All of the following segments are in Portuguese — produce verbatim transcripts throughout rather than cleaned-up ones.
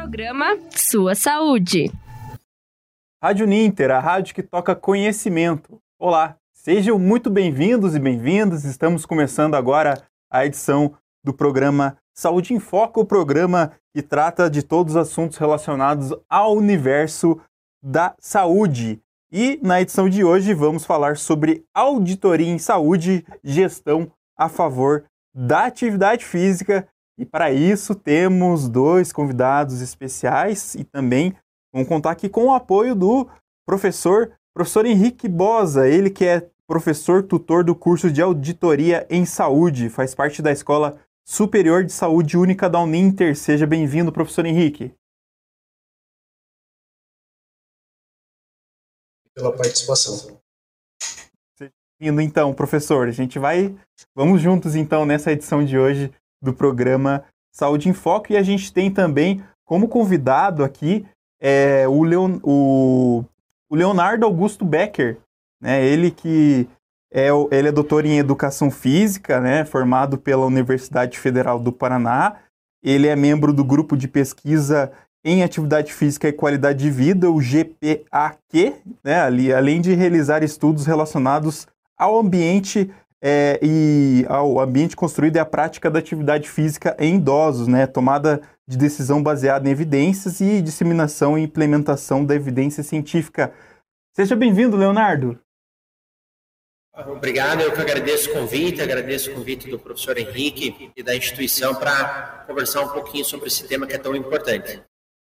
Programa Sua Saúde. Rádio Ninter, a rádio que toca conhecimento. Olá, sejam muito bem-vindos e bem-vindas. Estamos começando agora a edição do programa Saúde em Foco, o programa que trata de todos os assuntos relacionados ao universo da saúde. E na edição de hoje vamos falar sobre auditoria em saúde, gestão a favor da atividade física. E para isso temos dois convidados especiais e também vamos contar aqui com o apoio do professor, professor Henrique Bosa, ele que é professor tutor do curso de auditoria em saúde, faz parte da Escola Superior de Saúde Única da Uninter. Seja bem-vindo, professor Henrique. Pela participação. Seja bem-vindo então, professor. A gente vai, vamos juntos então nessa edição de hoje do programa Saúde em Foco, e a gente tem também como convidado aqui é, o, Leon, o, o Leonardo Augusto Becker, né? Ele que é, ele é doutor em Educação Física, né? Formado pela Universidade Federal do Paraná. Ele é membro do grupo de pesquisa em Atividade Física e Qualidade de Vida, o G P A Q, né? Ali, além de realizar estudos relacionados ao ambiente É, e ao ambiente construído e a prática da atividade física em idosos, né? Tomada de decisão baseada em evidências e disseminação e implementação da evidência científica. Seja bem-vindo, Leonardo. Obrigado, eu que agradeço o convite, agradeço o convite do professor Henrique e da instituição para conversar um pouquinho sobre esse tema que é tão importante.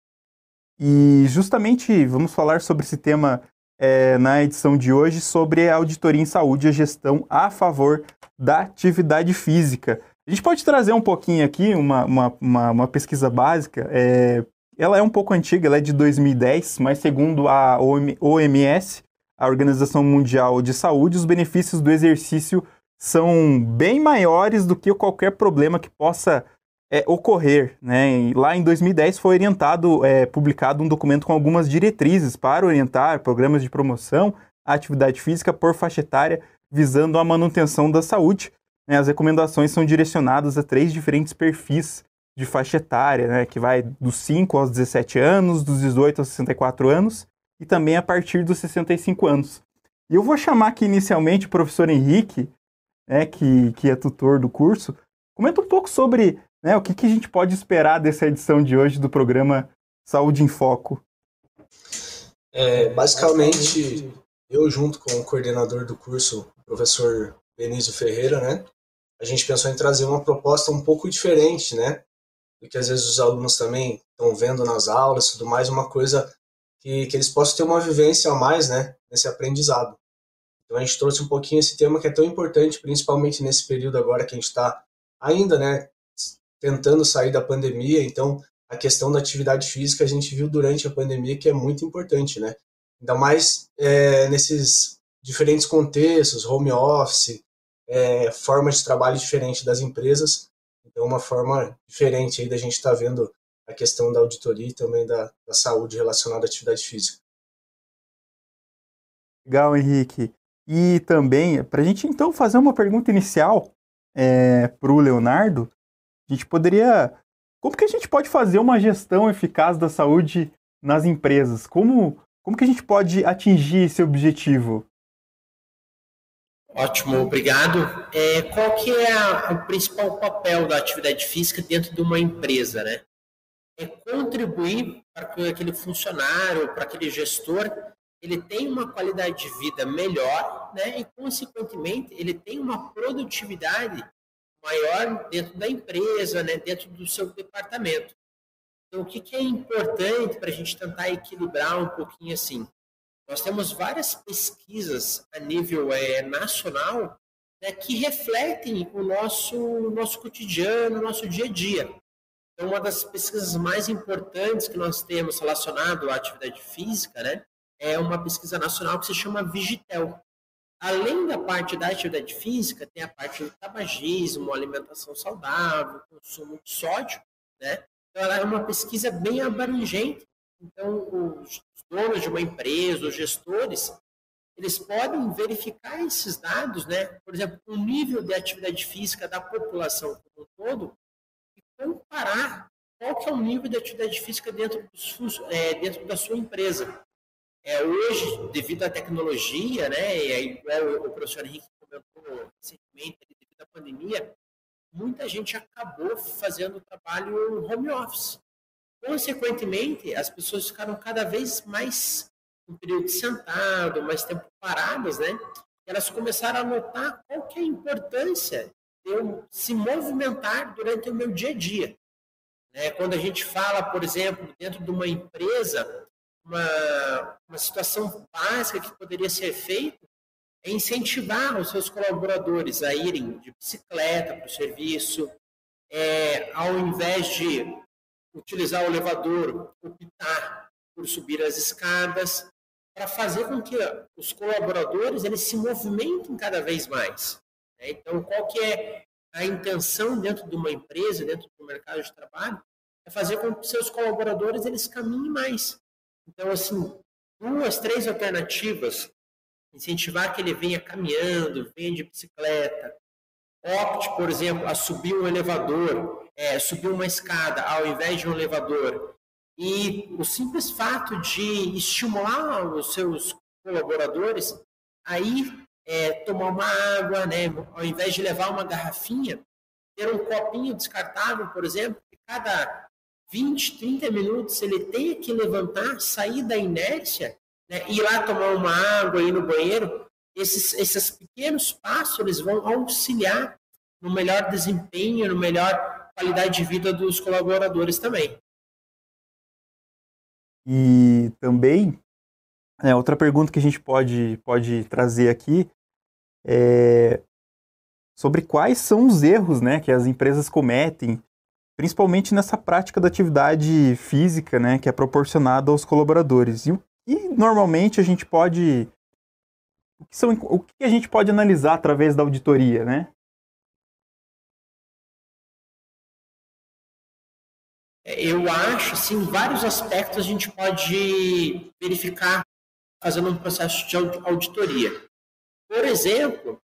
E justamente vamos falar sobre esse tema É, na edição de hoje, sobre a auditoria em saúde e a gestão a favor da atividade física. A gente pode trazer um pouquinho aqui, uma, uma, uma, uma pesquisa básica. É, ela é um pouco antiga, ela é de dois mil e dez, mas segundo a O M S, a Organização Mundial de Saúde, os benefícios do exercício são bem maiores do que qualquer problema que possa É, ocorrer, né? E lá em dois mil e dez foi orientado, é, publicado um documento com algumas diretrizes para orientar programas de promoção à atividade física por faixa etária, visando a manutenção da saúde, né? As recomendações são direcionadas a três diferentes perfis de faixa etária, né? Que vai dos cinco aos dezessete anos, dos dezoito aos sessenta e quatro anos e também a partir dos sessenta e cinco anos. E eu vou chamar aqui inicialmente o professor Henrique, né, que, que é tutor do curso. Comenta um pouco sobre, né, o que, que a gente pode esperar dessa edição de hoje do programa Saúde em Foco. É, basicamente, eu junto com o coordenador do curso, o professor Benício Ferreira, né, a gente pensou em trazer uma proposta um pouco diferente, né, do que às vezes os alunos também estão vendo nas aulas e tudo mais, uma coisa que, que eles possam ter uma vivência a mais, né, nesse aprendizado. Então a gente trouxe um pouquinho esse tema que é tão importante, principalmente nesse período agora que a gente está ainda, né, tentando sair da pandemia. Então a questão da atividade física a gente viu durante a pandemia que é muito importante, né? Ainda mais é, nesses diferentes contextos, home office, é, forma de trabalho diferente das empresas. Então uma forma diferente aí da gente estar tá vendo a questão da auditoria e também da, da saúde relacionada à atividade física. Legal, Henrique. E também, para a gente então fazer uma pergunta inicial é, para o Leonardo, a gente poderia... Como que a gente pode fazer uma gestão eficaz da saúde nas empresas? Como, como que a gente pode atingir esse objetivo? Ótimo, obrigado. É, qual que é a, o principal papel da atividade física dentro de uma empresa, né? É contribuir para que aquele funcionário, para aquele gestor, ele tenha uma qualidade de vida melhor, né? E, consequentemente, ele tem uma produtividade maior dentro da empresa, né, dentro do seu departamento. Então, o que, que é importante para a gente tentar equilibrar um pouquinho assim? Nós temos várias pesquisas a nível é, nacional, né, que refletem o nosso, o nosso cotidiano, o nosso dia a dia. Então, uma das pesquisas mais importantes que nós temos relacionado à atividade física, né, é uma pesquisa nacional que se chama Vigitel. Além da parte da atividade física, tem a parte do tabagismo, alimentação saudável, consumo de sódio, né? Então, ela é uma pesquisa bem abrangente. Então, os donos de uma empresa, os gestores, eles podem verificar esses dados, né? Por exemplo, o nível de atividade física da população como um todo e comparar qual que é o nível de atividade física dentro, dos, é, dentro da sua empresa. É, hoje, devido à tecnologia, né, e aí, igual o professor Henrique comentou recentemente, devido à pandemia, muita gente acabou fazendo trabalho home office. Consequentemente, as pessoas ficaram cada vez mais um período sentado, mais tempo paradas, né? Elas começaram a notar qual que é a importância de eu se movimentar durante o meu dia a dia. Né? Quando a gente fala, por exemplo, dentro de uma empresa, uma, uma situação básica que poderia ser feita é incentivar os seus colaboradores a irem de bicicleta para o serviço, é, ao invés de utilizar o elevador, optar por subir as escadas, para fazer com que os colaboradores eles se movimentem cada vez mais. Né? Então, qual que é a intenção dentro de uma empresa, dentro do mercado de trabalho? É fazer com que seus colaboradores eles caminhem mais. Então, assim, duas, três alternativas. Incentivar que ele venha caminhando, venha de bicicleta. Opte, por exemplo, a subir um elevador, é, subir uma escada ao invés de um elevador. E o simples fato de estimular os seus colaboradores a ir é, tomar uma água, né, ao invés de levar uma garrafinha, ter um copinho descartável, por exemplo, que cada vinte, trinta minutos ele tenha que levantar, sair da inércia, né, ir lá tomar uma água, ir no banheiro. Esses, esses pequenos passos eles vão auxiliar no melhor desempenho, no melhor qualidade de vida dos colaboradores também. E também, é, outra pergunta que a gente pode, pode trazer aqui é sobre quais são os erros, né, que as empresas cometem, principalmente nessa prática da atividade física, né, que é proporcionada aos colaboradores. E o que normalmente a gente pode... O que, são, o que a gente pode analisar através da auditoria, né? Eu acho, sim, vários aspectos a gente pode verificar fazendo um processo de auditoria. Por exemplo,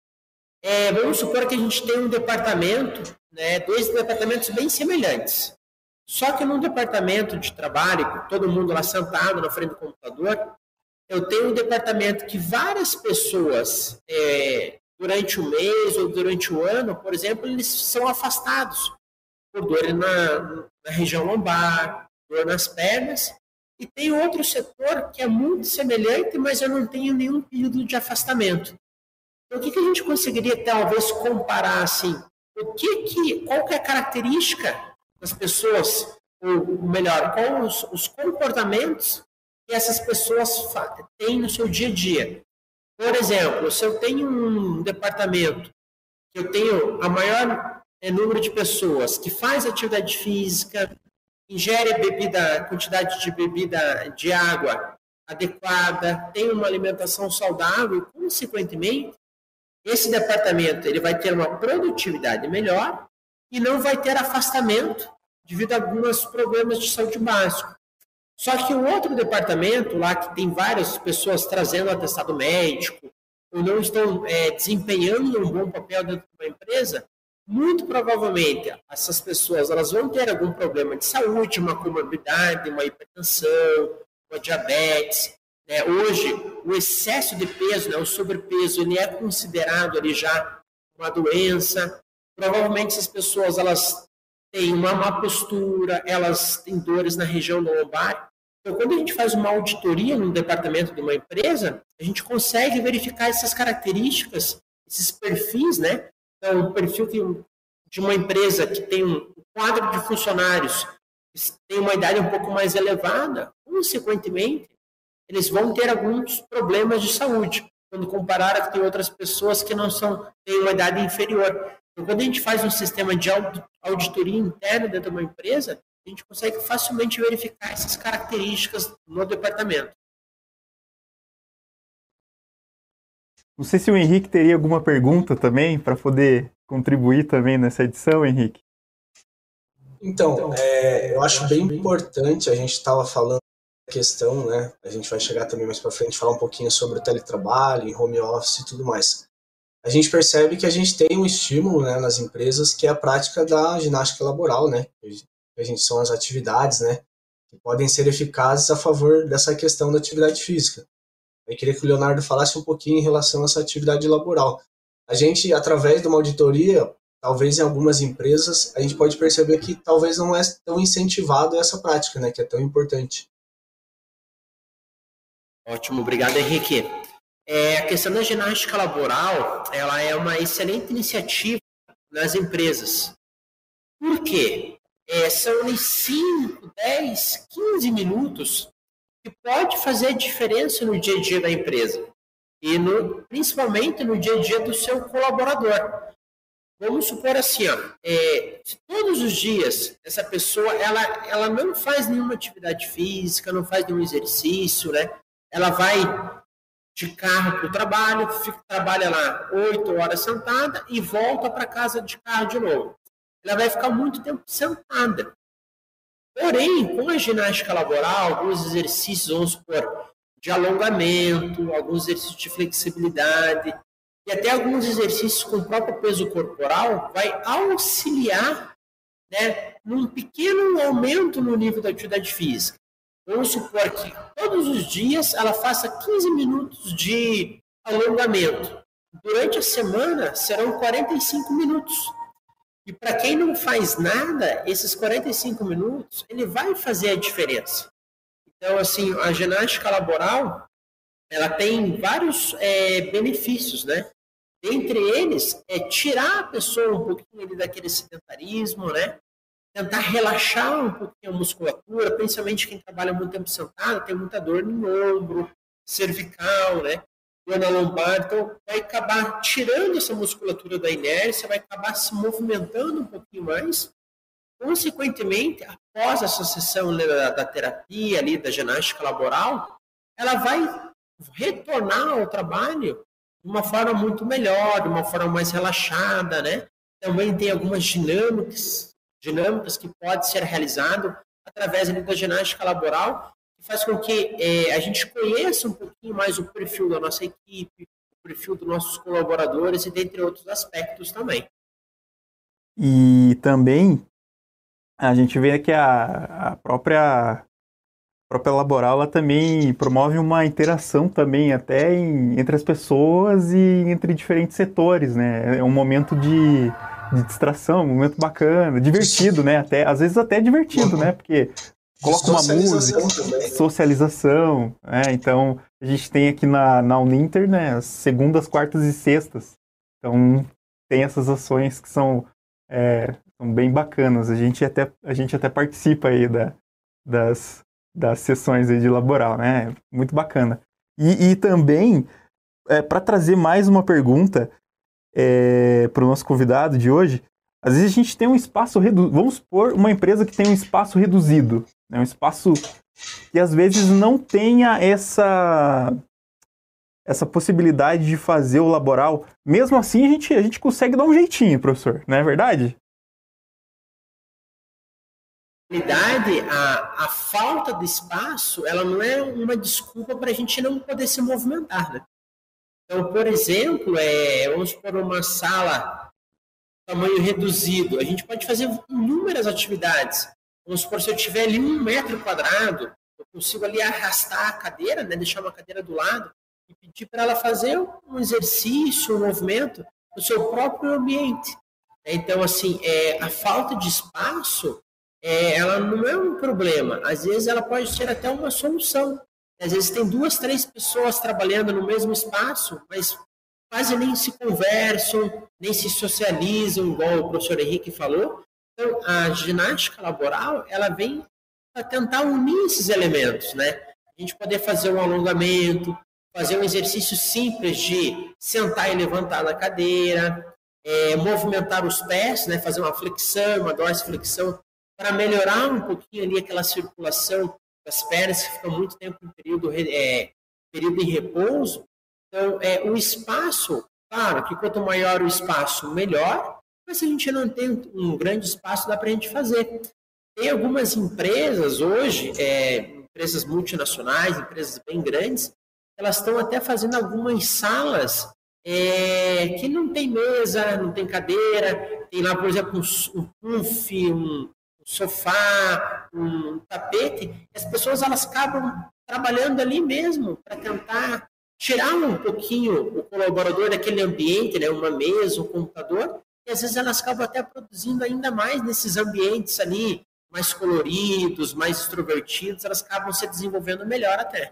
é, vamos supor que a gente tem um departamento, né, dois departamentos bem semelhantes. Só que num departamento de trabalho, com todo mundo lá sentado na frente do computador, eu tenho um departamento que várias pessoas, é, durante o mês ou durante o ano, por exemplo, eles são afastados por dor na, na região lombar, dor nas pernas, e tem outro setor que é muito semelhante, mas eu não tenho nenhum período de afastamento. Então, o que, que a gente conseguiria talvez comparar assim? O que que, qual que é a característica das pessoas, ou melhor, quais os, os comportamentos que essas pessoas têm no seu dia a dia? Por exemplo, se eu tenho um departamento que eu tenho a maior é, número de pessoas que faz atividade física, ingere bebida, quantidade de bebida de água adequada, tem uma alimentação saudável, consequentemente, esse departamento ele vai ter uma produtividade melhor e não vai ter afastamento devido a alguns problemas de saúde básico. Só que o outro departamento, lá que tem várias pessoas trazendo atestado médico, ou não estão é, desempenhando um bom papel dentro de uma empresa, muito provavelmente essas pessoas elas vão ter algum problema de saúde, uma comorbidade, uma hipertensão, uma diabetes. Né? Hoje, o excesso de peso, né, o sobrepeso, ele é considerado ali já uma doença. Provavelmente essas pessoas elas têm uma má postura, elas têm dores na região do lombar. Então, quando a gente faz uma auditoria no departamento de uma empresa, a gente consegue verificar essas características, esses perfis, né? Então, o perfil de uma empresa que tem um quadro de funcionários que tem uma idade um pouco mais elevada, consequentemente, eles vão ter alguns problemas de saúde, quando comparar com tem outras pessoas que não são, têm uma idade inferior. Então, quando a gente faz um sistema de auditoria interna dentro de uma empresa, a gente consegue facilmente verificar essas características no departamento. Não sei se o Henrique teria alguma pergunta também para poder contribuir também nessa edição, Henrique. Então, é, eu acho bem importante, a gente estava falando da questão, né? A gente vai chegar também mais para frente, falar um pouquinho sobre o teletrabalho, home office e tudo mais. A gente percebe que a gente tem um estímulo, né, nas empresas, que é a prática da ginástica laboral, né? Que que a gente são as atividades, né, que podem ser eficazes a favor dessa questão da atividade física. Eu queria que o Leonardo falasse um pouquinho em relação a essa atividade laboral. A gente, através de uma auditoria, talvez em algumas empresas, a gente pode perceber que talvez não é tão incentivado essa prática, né, que é tão importante. Ótimo, obrigado, Henrique. É, a questão da ginástica laboral, ela é uma excelente iniciativa nas empresas. Por quê? É, são ali cinco, dez, quinze minutos que pode fazer a diferença no dia a dia da empresa e no, principalmente no dia a dia do seu colaborador. Vamos supor assim, ó, é, se todos os dias essa pessoa ela, ela não faz nenhuma atividade física, não faz nenhum exercício, né? Ela vai de carro para o trabalho, fica, trabalha lá oito horas sentada e volta para casa de carro de novo. Ela vai ficar muito tempo sentada. Porém, com a ginástica laboral, alguns exercícios, vamos supor, de alongamento, alguns exercícios de flexibilidade e até alguns exercícios com o próprio peso corporal, vai auxiliar, né, num pequeno aumento no nível da atividade física. Vamos supor que todos os dias ela faça quinze minutos de alongamento. Durante a semana serão quarenta e cinco minutos. E para quem não faz nada, esses quarenta e cinco minutos, ele vai fazer a diferença. Então, assim, a ginástica laboral, ela tem vários é, benefícios, né? Dentre eles, é tirar a pessoa um pouquinho ali daquele sedentarismo, né? Tentar relaxar um pouquinho a musculatura, principalmente quem trabalha muito tempo sentado, tem muita dor no ombro, cervical, né? Dor na lombar, então vai acabar tirando essa musculatura da inércia, vai acabar se movimentando um pouquinho mais. Consequentemente, após essa sessão da, da terapia ali, da ginástica laboral, ela vai retornar ao trabalho de uma forma muito melhor, de uma forma mais relaxada, né? Também tem algumas dinâmicas dinâmicas que pode ser realizado através ali da ginástica laboral, que faz com que eh, a gente conheça um pouquinho mais o perfil da nossa equipe, o perfil dos nossos colaboradores e dentre outros aspectos também. E também a gente vê que a, a própria, a própria laboral ela também promove uma interação também até em, entre as pessoas e entre diferentes setores, né? É um momento de de distração, um momento bacana, divertido, né? Até, às vezes até divertido, né? Porque coloca uma música, também. Socialização, né? Então, a gente tem aqui na, na Uninter, né? As segundas, quartas e sextas. Então, tem essas ações que são, é, são bem bacanas. A gente até, a gente até participa aí da, das, das sessões aí de laboral, né? Muito bacana. E, e também, é, para trazer mais uma pergunta, É, para o nosso convidado de hoje, às vezes a gente tem um espaço reduzido, vamos supor uma empresa que tem um espaço reduzido, né, um espaço que às vezes não tenha essa, essa possibilidade de fazer o laboral. Mesmo assim a gente, a gente consegue dar um jeitinho, professor, não é verdade? Na realidade, a, a falta de espaço, ela não é uma desculpa para a gente não poder se movimentar, né? Então, por exemplo, é, vamos supor uma sala tamanho reduzido, a gente pode fazer inúmeras atividades. Vamos supor, se eu tiver ali um metro quadrado, eu consigo ali arrastar a cadeira, né, deixar uma cadeira do lado e pedir para ela fazer um exercício, um movimento no seu próprio ambiente. Então, assim, é, a falta de espaço, é, ela não é um problema. Às vezes, ela pode ser até uma solução. Às vezes tem duas, três pessoas trabalhando no mesmo espaço, mas quase nem se conversam, nem se socializam, igual o professor Henrique falou. Então, a ginástica laboral, ela vem para tentar unir esses elementos, né? A gente poder fazer um alongamento, fazer um exercício simples de sentar e levantar na cadeira, é, movimentar os pés, né? Fazer uma flexão, uma dorsiflexão, para melhorar um pouquinho ali aquela circulação das pernas que ficam muito tempo em período, é, período em repouso. Então, é, o espaço, claro que quanto maior o espaço, melhor, mas se a gente não tem um grande espaço, dá para a gente fazer. Tem algumas empresas hoje, é, empresas multinacionais, empresas bem grandes, elas estão até fazendo algumas salas é, que não tem mesa, não tem cadeira, tem lá, por exemplo, um, um puff, um sofá, um tapete, as pessoas elas acabam trabalhando ali mesmo para tentar tirar um pouquinho o colaborador daquele ambiente, né, uma mesa, um computador, e às vezes elas acabam até produzindo ainda mais nesses ambientes ali, mais coloridos, mais extrovertidos, elas acabam se desenvolvendo melhor até.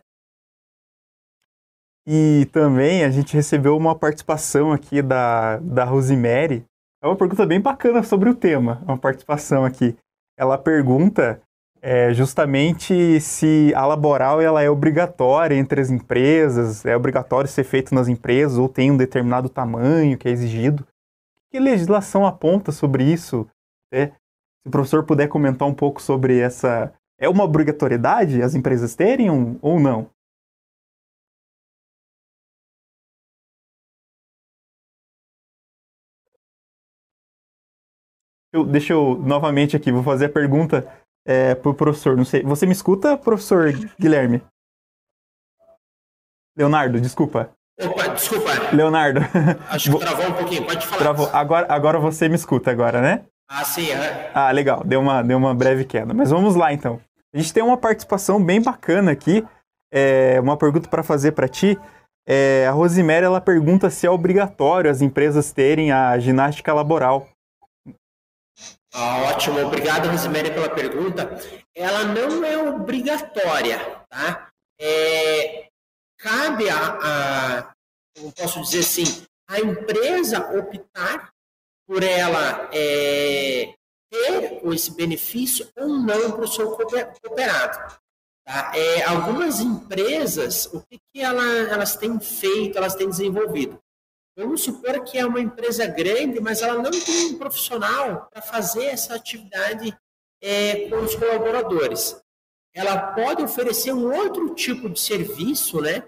E também a gente recebeu uma participação aqui da, da Rosemary. É uma pergunta bem bacana sobre o tema, uma participação aqui. Ela pergunta é, justamente se a laboral ela é obrigatória entre as empresas, é obrigatório ser feito nas empresas ou tem um determinado tamanho que é exigido. Que legislação aponta sobre isso? É, se o professor puder comentar um pouco sobre essa... É uma obrigatoriedade as empresas terem um, ou não? Eu, deixa eu novamente aqui, vou fazer a pergunta é, para o professor. Não sei, você me escuta, professor Guilherme? Leonardo, desculpa. Opa, desculpa. Leonardo. Acho que travou um pouquinho, pode falar. Travou. Agora, agora você me escuta agora, né? Ah, sim. É. Ah, legal. Deu uma, deu uma breve queda. Mas vamos lá, então. A gente tem uma participação bem bacana aqui. É, uma pergunta para fazer para ti. É, a Rosemary, ela pergunta se é obrigatório as empresas terem a ginástica laboral. Ah, ótimo, obrigado, Rosemary, pela pergunta. Ela não é obrigatória, tá? É, cabe a, a, como posso dizer assim, a empresa optar por ela é, ter esse benefício ou não para o seu cooperado. Tá? É, algumas empresas, o que, que ela, elas têm feito, elas têm desenvolvido? Vamos supor que é uma empresa grande, mas ela não tem um profissional para fazer essa atividade é, com os colaboradores. Ela pode oferecer um outro tipo de serviço, né?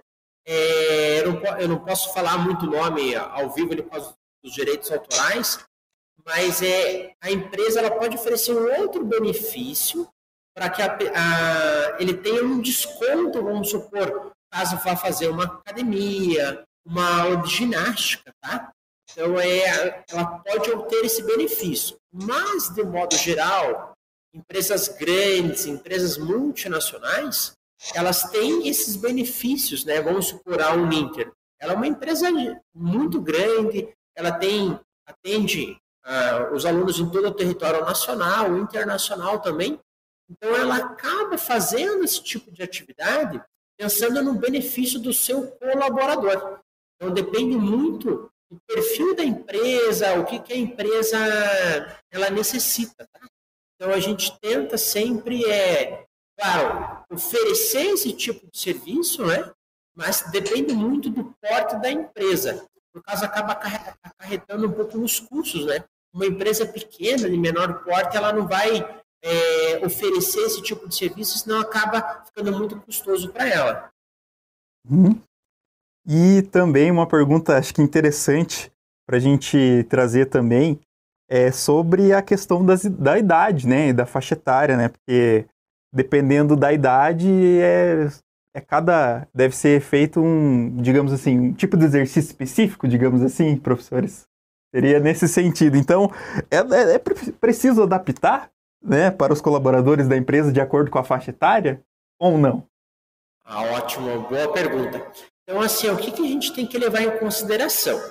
É, eu, não, eu não posso falar muito nome ao vivo por causa dos direitos autorais, mas é, a empresa ela pode oferecer um outro benefício para que a, a, ele tenha um desconto, vamos supor, caso vá fazer uma academia, uma aula de ginástica, tá? Então, é, ela pode obter esse benefício. Mas, de modo geral, empresas grandes, empresas multinacionais, elas têm esses benefícios, né? Vamos supor a Uninter. Ela é uma empresa muito grande, ela tem, atende uh, os alunos em todo o território nacional, internacional também. Então, ela acaba fazendo esse tipo de atividade pensando no benefício do seu colaborador. Então, depende muito do perfil da empresa, o que, que a empresa ela necessita. Tá? Então, a gente tenta sempre, é, claro, oferecer esse tipo de serviço, né? Mas depende muito do porte da empresa. No caso, acaba acarretando um pouco nos custos. Né? Uma empresa pequena, de menor porte, ela não vai é, oferecer esse tipo de serviço, senão acaba ficando muito custoso para ela. Hum. E também uma pergunta, acho que interessante para a gente trazer também, é sobre a questão das, da idade, né, da faixa etária, né, porque dependendo da idade, é, é cada, deve ser feito um, digamos assim, um tipo de exercício específico, digamos assim, professores, seria nesse sentido. Então, é, é, é preciso adaptar, né, para os colaboradores da empresa de acordo com a faixa etária, ou não? Ah, ótimo, boa pergunta. Então, assim, o que, que a gente tem que levar em consideração?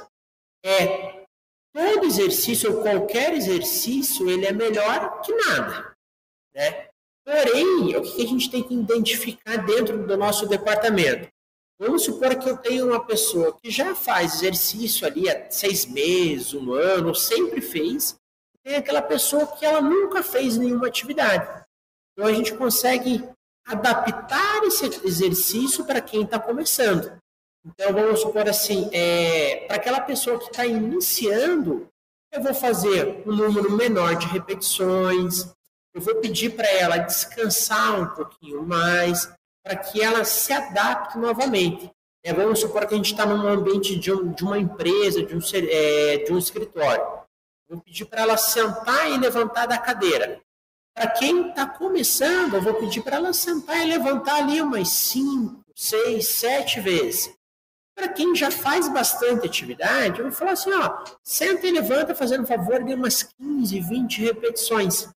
É, todo exercício, ou qualquer exercício, ele é melhor que nada, né? Porém, o que, que a gente tem que identificar dentro do nosso departamento? Vamos supor que eu tenho uma pessoa que já faz exercício ali há seis meses, um ano, sempre fez, e tem aquela pessoa que ela nunca fez nenhuma atividade. Então, a gente consegue adaptar esse exercício para quem está começando. Então, vamos supor assim, é, para aquela pessoa que está iniciando, eu vou fazer um número menor de repetições, eu vou pedir para ela descansar um pouquinho mais, para que ela se adapte novamente. É, vamos supor que a gente está num ambiente de, um, de uma empresa, de um, é, de um escritório. Eu vou pedir para ela sentar e levantar da cadeira. Para quem está começando, eu vou pedir para ela sentar e levantar ali umas cinco, seis, sete vezes. Para quem já faz bastante atividade, eu vou falar assim, ó, senta e levanta fazendo um favor de umas quinze, vinte repetições.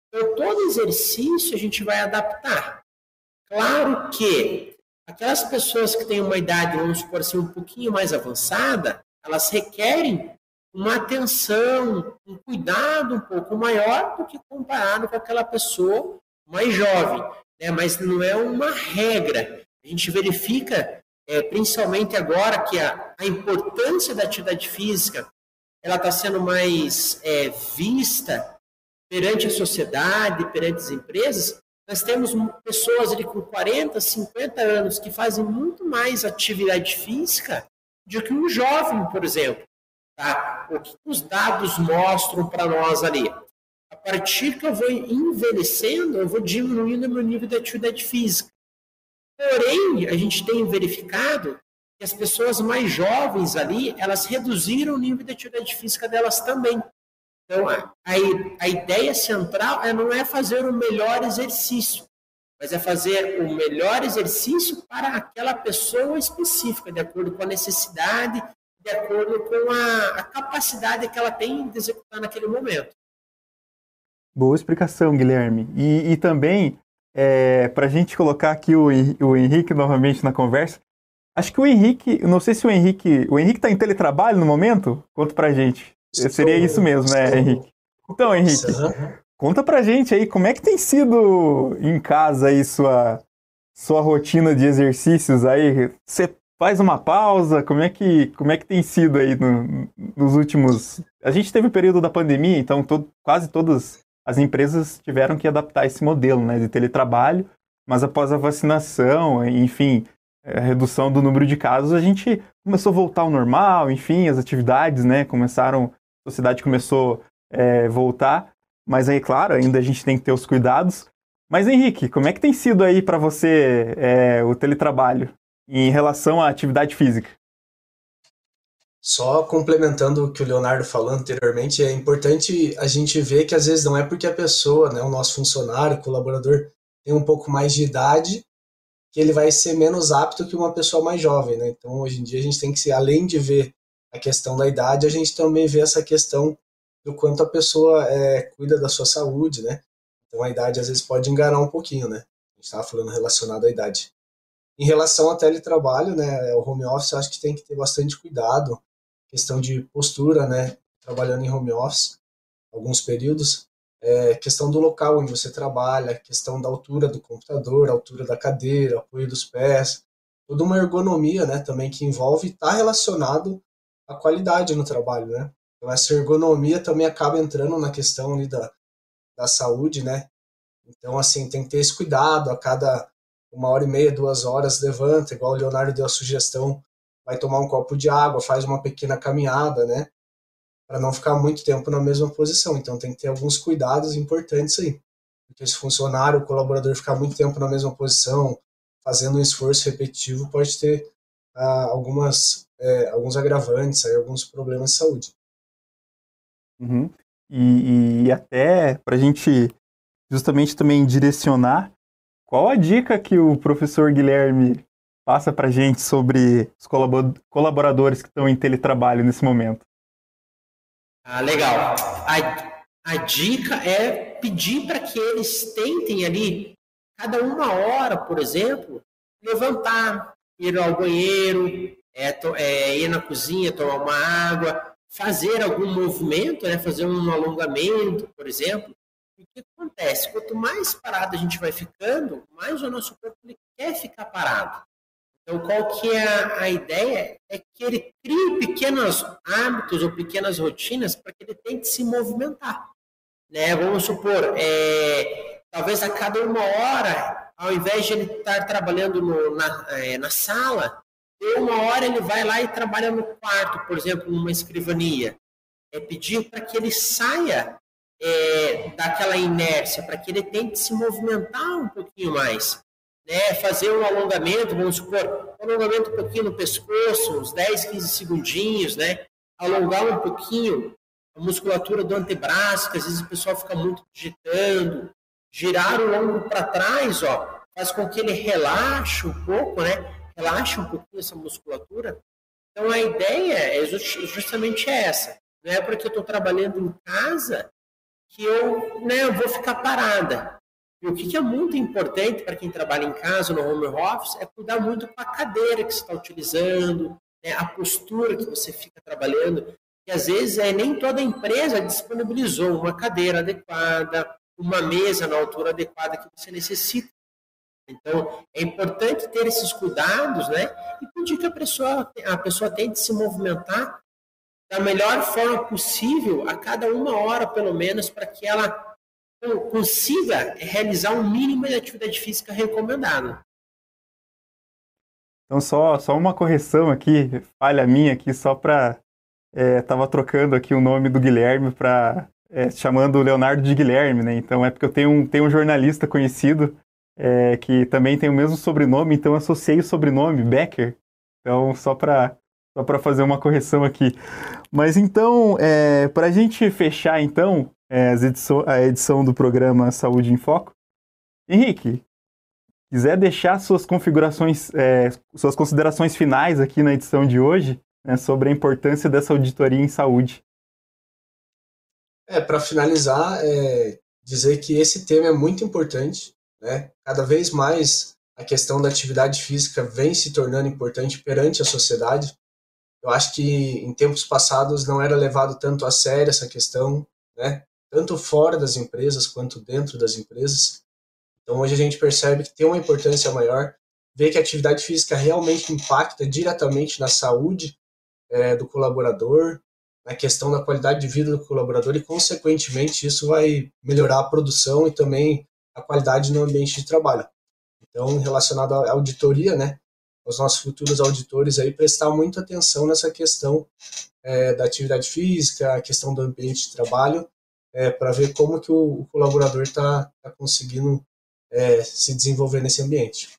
Então, todo exercício a gente vai adaptar. Claro que aquelas pessoas que têm uma idade, vamos supor assim, um pouquinho mais avançada, elas requerem uma atenção, um cuidado um pouco maior do que comparado com aquela pessoa mais jovem, né? Mas não é uma regra. A gente verifica, é, principalmente agora, que a, a importância da atividade física ela está sendo mais é, vista perante a sociedade, perante as empresas. Nós temos pessoas ali com quarenta, cinquenta anos que fazem muito mais atividade física do que um jovem, por exemplo. Tá? O que os dados mostram para nós ali? A partir que eu vou envelhecendo, eu vou diminuindo o meu nível de atividade física. Porém, a gente tem verificado que as pessoas mais jovens ali, elas reduziram o nível de atividade física delas também. Então, a, a ideia central é, não é fazer o melhor exercício, mas é fazer o melhor exercício para aquela pessoa específica, de acordo com a necessidade, de acordo com a, a capacidade que ela tem de executar naquele momento. Boa explicação, Guilherme. E, e também, é, para a gente colocar aqui o, o Henrique novamente na conversa, acho que o Henrique, não sei se o Henrique, o Henrique está em teletrabalho no momento? Conta pra gente. Estou, Seria isso mesmo, estou. né, Henrique? Então, Henrique, uhum. conta pra gente aí, como é que tem sido em casa aí sua, sua rotina de exercícios aí? Você faz uma pausa? Como é que, como é que tem sido aí no, nos últimos... A gente teve o período da pandemia, então todo, quase todas as empresas tiveram que adaptar esse modelo, né, de teletrabalho, mas após a vacinação, enfim, a redução do número de casos, a gente começou a voltar ao normal, enfim, as atividades, né, começaram, a sociedade começou a é, voltar, mas aí, claro, ainda a gente tem que ter os cuidados. Mas, Henrique, como é que tem sido aí para você é, o teletrabalho em relação à atividade física? Só complementando o que o Leonardo falou anteriormente, é importante a gente ver que às vezes não é porque a pessoa, né, o nosso funcionário, colaborador, tem um pouco mais de idade, que ele vai ser menos apto que uma pessoa mais jovem, né? Então, hoje em dia, a gente tem que ser, além de ver a questão da idade, a gente também vê essa questão do quanto a pessoa é, cuida da sua saúde, né? Então, a idade, às vezes, pode enganar um pouquinho, né? A gente estava falando relacionado à idade. Em relação ao teletrabalho, né, o home office, eu acho que tem que ter bastante cuidado, questão de postura, né? Trabalhando em home office, alguns períodos, É, questão do local onde você trabalha, questão da altura do computador, altura da cadeira, apoio dos pés, toda uma ergonomia, né, também que envolve e está relacionado à qualidade no trabalho, né? Então essa ergonomia também acaba entrando na questão ali da, da saúde, né? Então, assim, tem que ter esse cuidado, a cada uma hora e meia, duas horas, levanta, igual o Leonardo deu a sugestão, vai tomar um copo de água, faz uma pequena caminhada, né? Para não ficar muito tempo na mesma posição. Então tem que ter alguns cuidados importantes aí. Porque se o funcionário, o colaborador ficar muito tempo na mesma posição, fazendo um esforço repetitivo, pode ter ah, algumas, é, alguns agravantes, aí, alguns problemas de saúde. Uhum. E, e até para a gente justamente também direcionar, qual a dica que o professor Guilherme passa para a gente sobre os colaboradores que estão em teletrabalho nesse momento? Ah, legal. A, a dica é pedir para que eles tentem ali, cada uma hora, por exemplo, levantar, ir ao banheiro, é, to, é, ir na cozinha, tomar uma água, fazer algum movimento, né, fazer um alongamento, por exemplo. E o que acontece? Quanto mais parado a gente vai ficando, mais o nosso corpo ele quer ficar parado. Então, qual que é a, a ideia? É que ele crie pequenos hábitos ou pequenas rotinas para que ele tente se movimentar. Né? Vamos supor, é, talvez a cada uma hora, ao invés de ele estar trabalhando no, na, é, na sala, uma hora ele vai lá e trabalha no quarto, por exemplo, numa escrivania. É pedir para que ele saia é, daquela inércia, para que ele tente se movimentar um pouquinho mais. Né, fazer um alongamento, vamos supor, um alongamento um pouquinho no pescoço, uns dez, quinze segundinhos, né? Alongar um pouquinho a musculatura do antebraço, que às vezes o pessoal fica muito digitando, girar o ombro para trás, ó, faz com que ele relaxe um pouco, né? Relaxe um pouquinho essa musculatura. Então a ideia é justamente essa. Não é porque eu estou trabalhando em casa que eu, né, eu vou ficar parada. E o que é muito importante para quem trabalha em casa, no home office, é cuidar muito com a cadeira que você está utilizando, né, a postura que você fica trabalhando. E às vezes é, nem toda empresa disponibilizou uma cadeira adequada, uma mesa na altura adequada que você necessita. Então, é importante ter esses cuidados, né? E pedir que a pessoa, a pessoa tente se movimentar da melhor forma possível a cada uma hora, pelo menos, para que ela consiga realizar um mínimo de atividade física recomendada. Então, só, só uma correção aqui, falha minha aqui, só para... Estava é, trocando aqui o nome do Guilherme para... É, chamando o Leonardo de Guilherme, né? Então, é porque eu tenho um, tenho um jornalista conhecido é, que também tem o mesmo sobrenome, então eu associei o sobrenome, Becker. Então, só para só para fazer uma correção aqui. Mas, então, é, para a gente fechar, então, é, as edição, a edição do programa Saúde em Foco, Henrique, quiser deixar suas configurações, é, suas considerações finais aqui na edição de hoje, né, sobre a importância dessa auditoria em saúde. É, para finalizar, é, dizer que esse tema é muito importante, né? Cada vez mais a questão da atividade física vem se tornando importante perante a sociedade. Eu acho que em tempos passados não era levado tanto a sério essa questão, né? Tanto fora das empresas quanto dentro das empresas. Então hoje a gente percebe que tem uma importância maior, ver que a atividade física realmente impacta diretamente na saúde é, do colaborador, na questão da qualidade de vida do colaborador e, consequentemente, isso vai melhorar a produção e também a qualidade no ambiente de trabalho. Então, relacionado à auditoria, né, os nossos futuros auditores aí prestar muita atenção nessa questão é, da atividade física, a questão do ambiente de trabalho, é, para ver como que o, o colaborador está tá conseguindo é, se desenvolver nesse ambiente.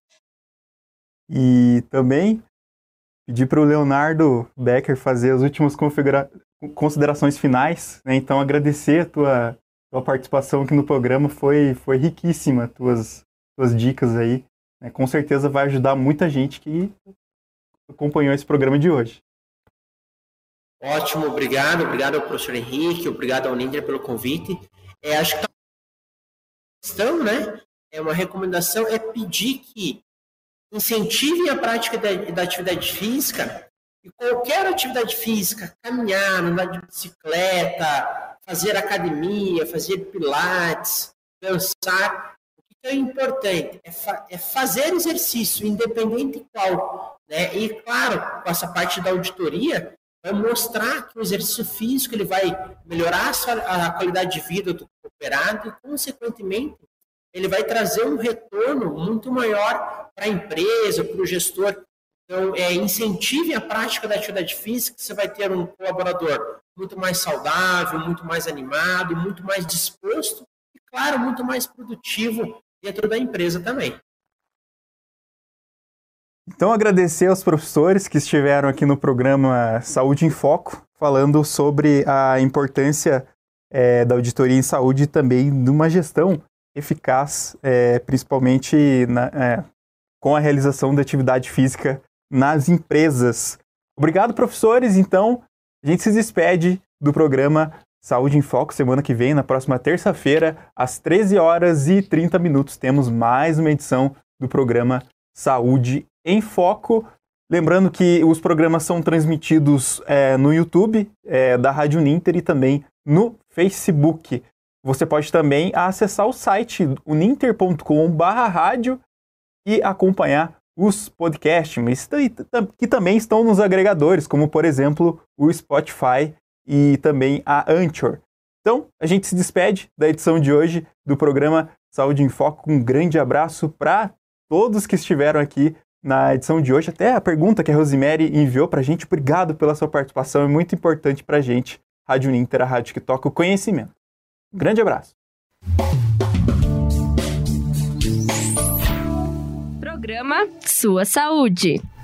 E também pedir para o Leonardo Becker fazer as últimas configura... considerações finais, né? Então agradecer a tua, tua participação aqui no programa, foi, foi riquíssima, tuas, tuas dicas aí, né? Com certeza vai ajudar muita gente que acompanhou esse programa de hoje. Ótimo, obrigado, obrigado ao professor Henrique, obrigado ao Ninder pelo convite. É, acho que a questão, né, é uma recomendação, é pedir que incentivem a prática da, da atividade física. E qualquer atividade física, caminhar, andar de bicicleta, fazer academia, fazer pilates, dançar, o que é importante é, fa- é fazer exercício, independente qual, né? E, claro, com essa parte da auditoria, vai mostrar que o exercício físico ele vai melhorar a, sua, a qualidade de vida do cooperado e, consequentemente, ele vai trazer um retorno muito maior para a empresa, para o gestor. Então, é, incentive a prática da atividade física, você vai ter um colaborador muito mais saudável, muito mais animado, muito mais disposto e, claro, muito mais produtivo dentro da empresa também. Então, agradecer aos professores que estiveram aqui no programa Saúde em Foco, falando sobre a importância é, da auditoria em saúde e também de uma gestão eficaz, é, principalmente na, é, com a realização da atividade física nas empresas. Obrigado, professores. Então, a gente se despede do programa Saúde em Foco. Semana que vem, na próxima terça-feira, às treze horas e trinta minutos, temos mais uma edição do programa Saúde em Foco. Lembrando que os programas são transmitidos é, no YouTube é, da Rádio Ninter e também no Facebook. Você pode também acessar o site uninter ponto com barra rádio e acompanhar os podcasts, que também estão nos agregadores, como, por exemplo, o Spotify e também a Anchor. Então, a gente se despede da edição de hoje do programa Saúde em Foco. Um grande abraço para todos que estiveram aqui na edição de hoje. Até a pergunta que a Rosemary enviou para a gente. Obrigado pela sua participação, é muito importante para a gente. Rádio Ninter, a rádio que toca o conhecimento. Um grande abraço. Programa Sua Saúde.